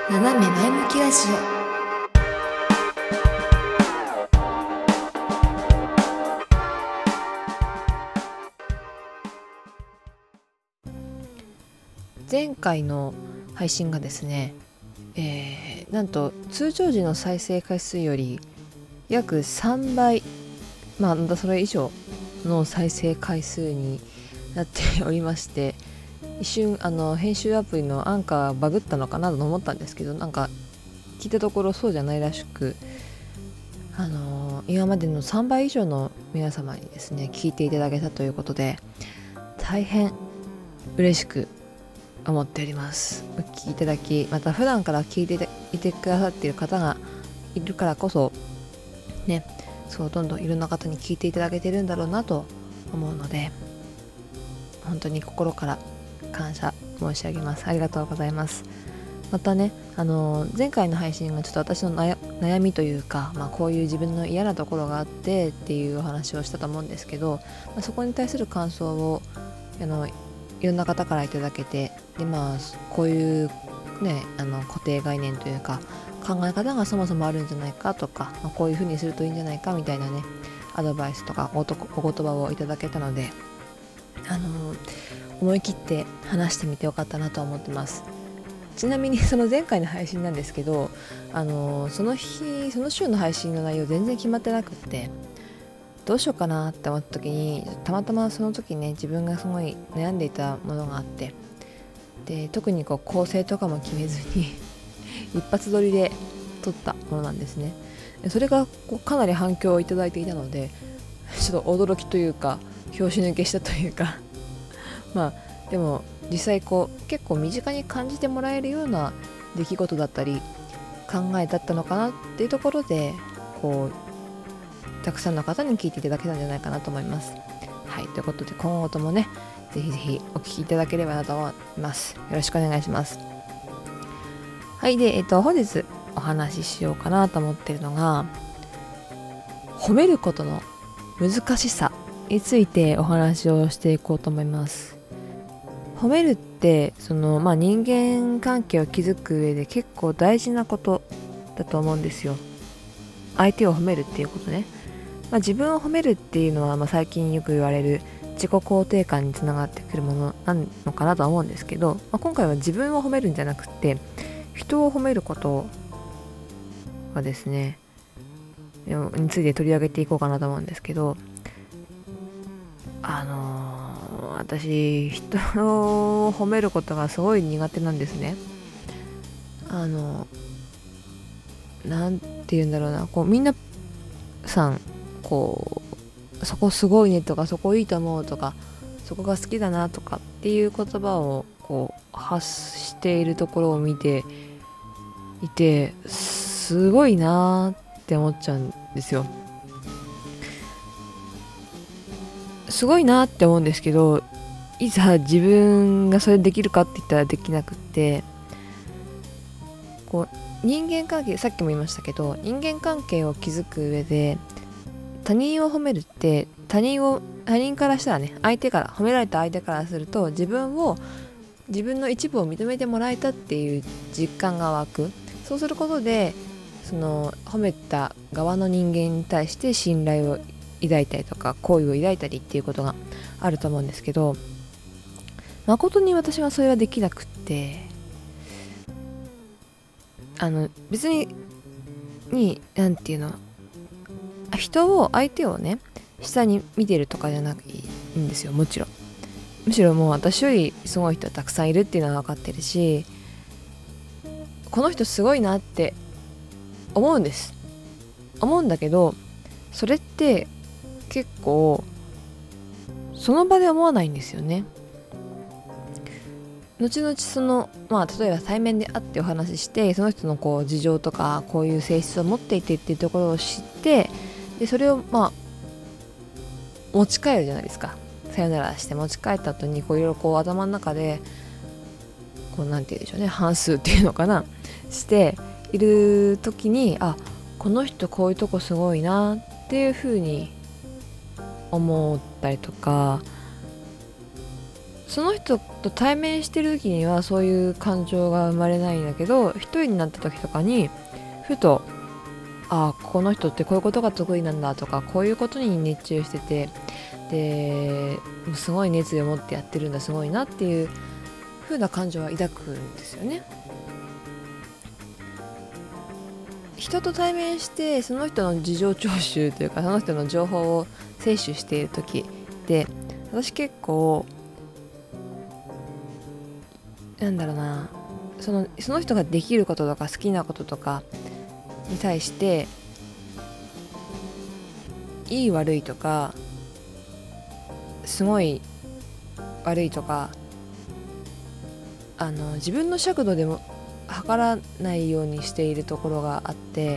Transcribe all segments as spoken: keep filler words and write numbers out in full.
斜め前向きラジオ。前回の配信がですね、えー、なんと通常時の再生回数より約さんばい、まあまたそれ以上の再生回数になっておりまして、一瞬あの編集アプリのアンカーバグったのかなと思ったんですけど、なんか聞いたところそうじゃないらしく、あの今までのさんばい以上の皆様にですね聞いていただけたということで、大変嬉しく思っております。お聞きいただき、また普段から聞いていてくださっている方がいるからこそね、そうどんどんいろんな方に聞いていただけてるんだろうなと思うので、本当に心から感謝申し上げます。ありがとうございます。またね、あの前回の配信がちょっと私の悩みというか、まあ、こういう自分の嫌なところがあってっていうお話をしたと思うんですけど、まあ、そこに対する感想をあのいろんな方からいただけて、でまあこういうねあの固定概念というか考え方がそもそもあるんじゃないかとか、まあ、こういう風にするといいんじゃないかみたいなねアドバイスとかおとお言葉をいただけたので、あの思い切って話してみてよかったなと思ってます。ちなみにその前回の配信なんですけど、あのその日その週の配信の内容全然決まってなくって、どうしようかなって思った時にたまたまその時ね自分がすごい悩んでいたものがあって、で特にこう構成とかも決めずに一発撮りで撮ったものなんですね。それがこうかなり反響をいただいていたので、ちょっと驚きというか拍子抜けしたというかまあでも実際こう結構身近に感じてもらえるような出来事だったり考えだったのかなっていうところで、こうたくさんの方に聞いていただけたんじゃないかなと思います。はい、ということで今後ともねぜひぜひお聞きいただければなと思います。よろしくお願いします。はい、で、えっと本日お話ししようかなと思っているのが、褒めることの難しさについてお話をしていこうと思います。褒めるってその、まあ、人間関係を築く上で結構大事なことだと思うんですよ。相手を褒めるっていうことね、まあ、自分を褒めるっていうのは、まあ、最近よく言われる自己肯定感につながってくるものなのかなとは思うんですけど、まあ、今回は自分を褒めるんじゃなくて人を褒めることがですねについて取り上げていこうかなと思うんですけど、あのー私人を褒めることがすごい苦手なんですね。あのなんて言うんだろうな、こうみんなさんこうそこすごいねとかそこいいと思うとかそこが好きだなとかっていう言葉をこう発しているところを見ていてすごいなって思っちゃうんですよ。すごいなって思うんですけど、いざ自分がそれできるかって言ったらできなくって、こう人間関係、さっきも言いましたけど人間関係を築く上で他人を褒めるって他人を他人からしたらね、相手から褒められた相手からすると自分を自分の一部を認めてもらえたっていう実感が湧く。そうすることでその褒めた側の人間に対して信頼を抱いたりとか好意を抱いたりっていうことがあると思うんですけど、誠に私はそれはできなくって、あの別にになんていうの、人を相手をね下に見てるとかじゃなくていいんですよ。もちろんむしろもう私よりすごい人たくさんいるっていうのは分かってるし、この人すごいなって思うんです思うんだけど、それって結構その場で思わないんですよね。後々そのまあ例えば対面で会ってお話しして、その人のこう事情とかこういう性質を持っていてっていうところを知って、でそれをまあ持ち帰るじゃないですか。さよならして持ち帰った後にこういろいろこう頭の中でこうなんて言うんでしょうね、反数っていうのかなしている時に、あ、この人こういうとこすごいなっていう風に思ったりとか、 その人と対面してる時にはそういう感情が生まれないんだけど、一人になった時とかにふと、ああこの人ってこういうことが得意なんだとか、こういうことに熱中してて、ですごい熱意を持ってやってるんだ、すごいなっていう風な感情は抱くんですよね。人と対面してその人の事情聴取というか、その人の情報を摂取している時で、私結構なんだろうな、そのその人ができることとか好きなこととかに対していい悪いとか、すごい悪いとか、あの自分の尺度でも測らないようにしているところがあって、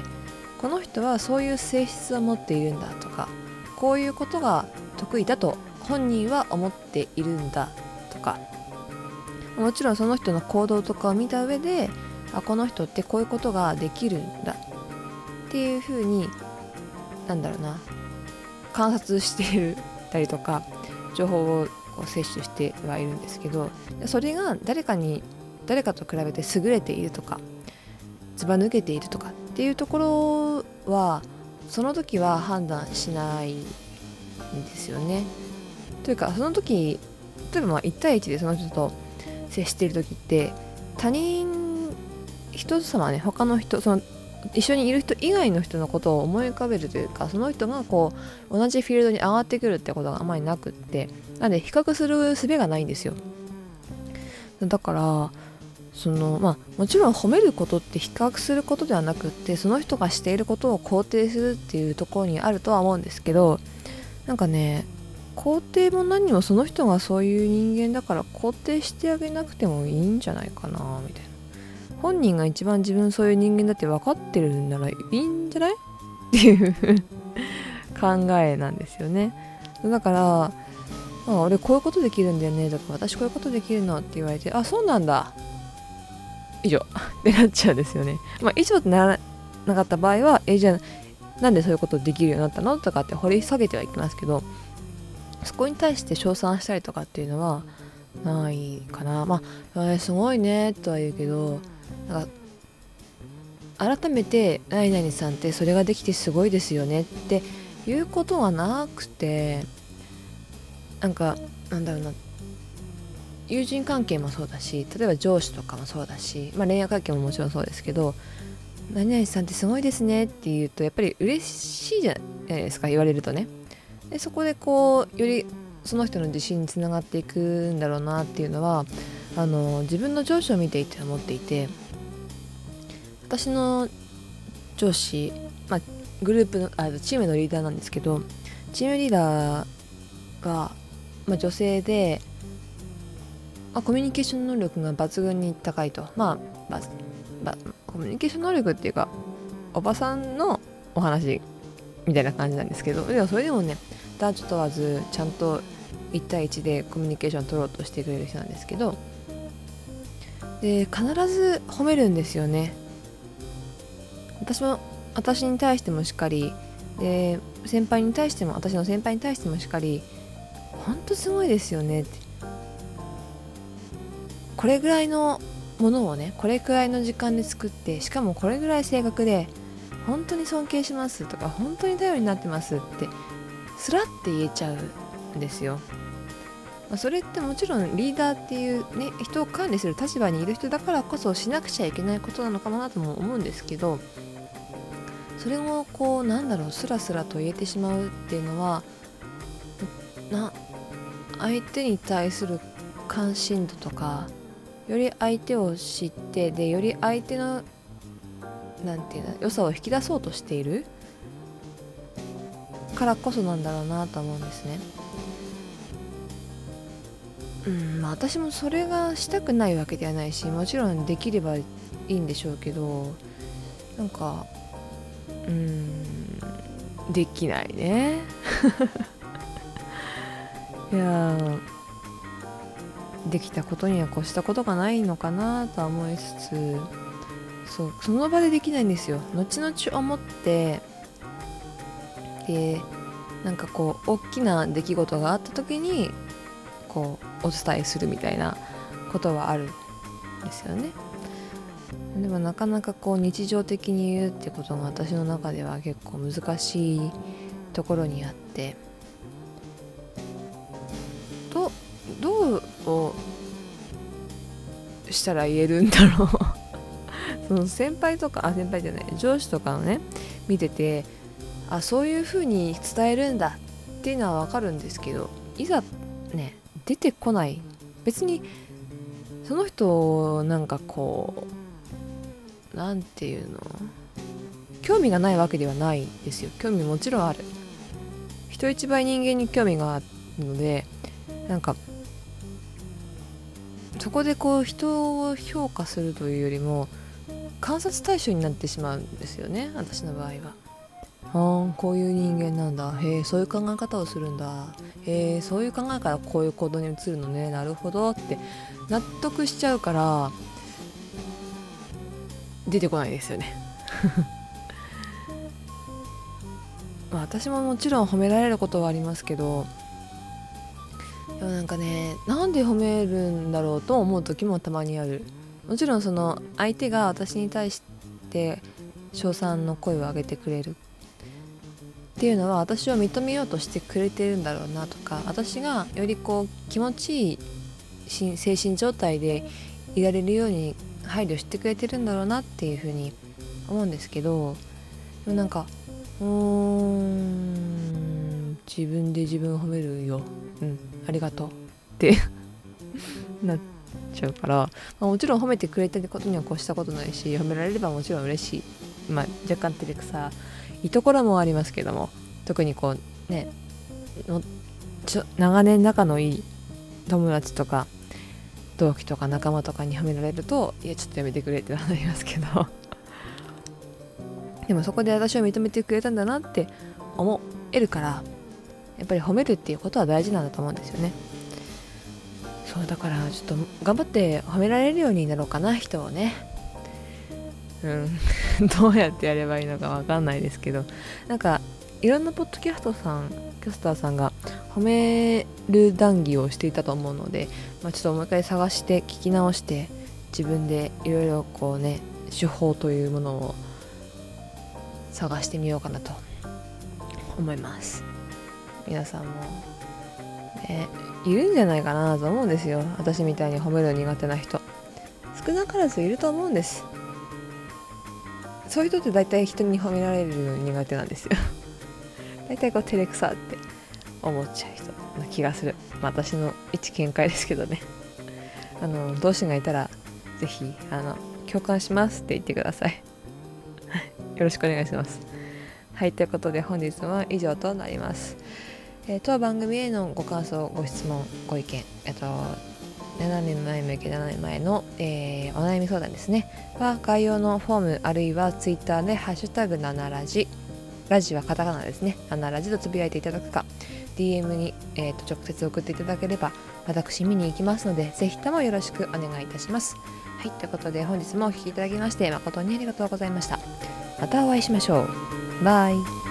この人はそういう性質を持っているんだとか、こういうことが得意だと本人は思っているんだとか、もちろんその人の行動とかを見た上で、あこの人ってこういうことができるんだっていう風に、なんだろうな、観察しているたりとか、情報をこう摂取してはいるんですけど、それが誰かに誰かと比べて優れているとかずば抜けているとかっていうところは、その時は判断しないんですよね。というか、その時例えばまあいち対いちでその人と接している時って、他人人様ね、他の人、その一緒にいる人以外の人のことを思い浮かべるというか、その人がこう同じフィールドに上がってくるってことがあまりなくって、なんで比較する術がないんですよ。だからそのまあもちろん褒めることって比較することではなくって、その人がしていることを肯定するっていうところにあるとは思うんですけど、なんかね、肯定も何もその人がそういう人間だから肯定してあげなくてもいいんじゃないかなみたいな。本人が一番自分そういう人間だって分かってるんならいいんじゃないっていう考えなんですよね。だからあ俺こういうことできるんだよねとか、私こういうことできるのって言われて、あそうなんだ以上ってなっちゃうんですよね。まあ以上ってならなかった場合は、えじゃあなんでそういうことできるようになったのとかって掘り下げてはいきますけど、そこに対して称賛したりとかっていうのはないかな。まあ、えー、すごいねとは言うけど、なんか改めて何々さんってそれができてすごいですよねっていうことがなくて、なんかなんだろうな、友人関係もそうだし、例えば上司とかもそうだし、まあ、恋愛関係ももちろんそうですけど、何々さんってすごいですねって言うとやっぱり嬉しいじゃないですか、言われるとね。でそこでこうよりその人の自信につながっていくんだろうなっていうのは、あの自分の上司を見ていて思っていて、私の上司、まあ、グループのあチームのリーダーなんですけど、チームリーダーが、まあ、女性で、まあ、コミュニケーション能力が抜群に高いと、まあ、まあ、コミュニケーション能力っていうかおばさんのお話みたいな感じなんですけど、でもそれでもね、男女問わずちゃんといち対いちでコミュニケーション取ろうとしてくれる人なんですけど、で必ず褒めるんですよね。私も私に対してもしっかりで、先輩に対しても、私の先輩に対してもしっかり、ほんとすごいですよねって、これぐらいのものをね、これくらいの時間で作って、しかもこれぐらい正確で本当に尊敬しますとか、本当に頼りになってますってスラって言えちゃうんですよ。まあ、それってもちろんリーダーっていうね、人を管理する立場にいる人だからこそしなくちゃいけないことなのかなとも思うんですけど、それをこうなんだろう、スラスラと言えてしまうっていうのは、な相手に対する関心度とか、より相手を知って、でより相手のなんていうの良さを引き出そうとしているからこそなんだろうなと思うんですね。うんまあ私もそれがしたくないわけではないし、もちろんできればいいんでしょうけど、なんかうーんできないねいやできたことには越したことがないのかなとは思いつつ、そうその場でできないんですよ。後々思って、でなんかこう大きな出来事があった時にこうお伝えするみたいなことはあるんですよね。でもなかなかこう日常的に言うってことが私の中では結構難しいところにあって、どどうをしたら言えるんだろうその先輩とかあ先輩じゃない上司とかをね見てて、あそういう風に伝えるんだっていうのは分かるんですけど、いざね出てこない、別にその人なんかこうなんていうの興味がないわけではないですよ。興味もちろんある。人一倍人間に興味があるので、なんかそこでこう人を評価するというよりも観察対象になってしまうんですよね、私の場合は。あーこういう人間なんだ、へえそういう考え方をするんだ、へえそういう考えからこういう行動に移るのね、なるほどって納得しちゃうから出てこないですよねまあ私ももちろん褒められることはありますけど、でもなんかね、なんで褒めるんだろうと思う時もたまにある。もちろんその相手が私に対して称賛の声を上げてくれるっていうのは私を認めようとしてくれてるんだろうなとか、私がよりこう気持ちいい精神状態でいられるように配慮してくれてるんだろうなっていうふうに思うんですけど、でもなんかうーん自分で自分を褒めるよ、うんありがとうってなっちゃうから、まあ、もちろん褒めてくれたことには越したことないし、褒められればもちろん嬉しい、まあ、若干照れくさいところもありますけども、特にこうねのちょ長年仲のいい友達とか同期とか仲間とかに褒められると、いやちょっとやめてくれってなりますけどでもそこで私を認めてくれたんだなって思えるから、やっぱり褒めるっていうことは大事なんだと思うんですよね。そうだからちょっと頑張って褒められるようになろうかな、人をね。うんどうやってやればいいのかわかんないですけど、なんかいろんなポッドキャストさんキャスターさんが褒める談義をしていたと思うので、まあ、ちょっともう一回探して聞き直して自分でいろいろこうね手法というものを探してみようかなと思います。皆さんもねいるんじゃないかなと思うんですよ。私みたいに褒めるの苦手な人少なからずいると思うんです。そういう人って大体人に褒められるの苦手なんですよ大体こう照れくさって思っちゃう人な気がする、まあ、私の一見解ですけどね。あの同志がいたらぜひあの共感しますって言ってくださいよろしくお願いします。はい、ということで本日は以上となります。えー、当番組へのご感想、ご質問、ご意見、えっとななねんまえ向けななねんまえの、えー、お悩み相談ですねは概要のフォームあるいはツイッターでハッシュタグななラジ、ラジはカタカナですね、ななラジとつぶやいていただくか ディーエム に、えー、と直接送っていただければ私見に行きますので、ぜひともよろしくお願いいたします。はい、ということで本日もお聞きいただきまして誠にありがとうございました。またお会いしましょう。バイ。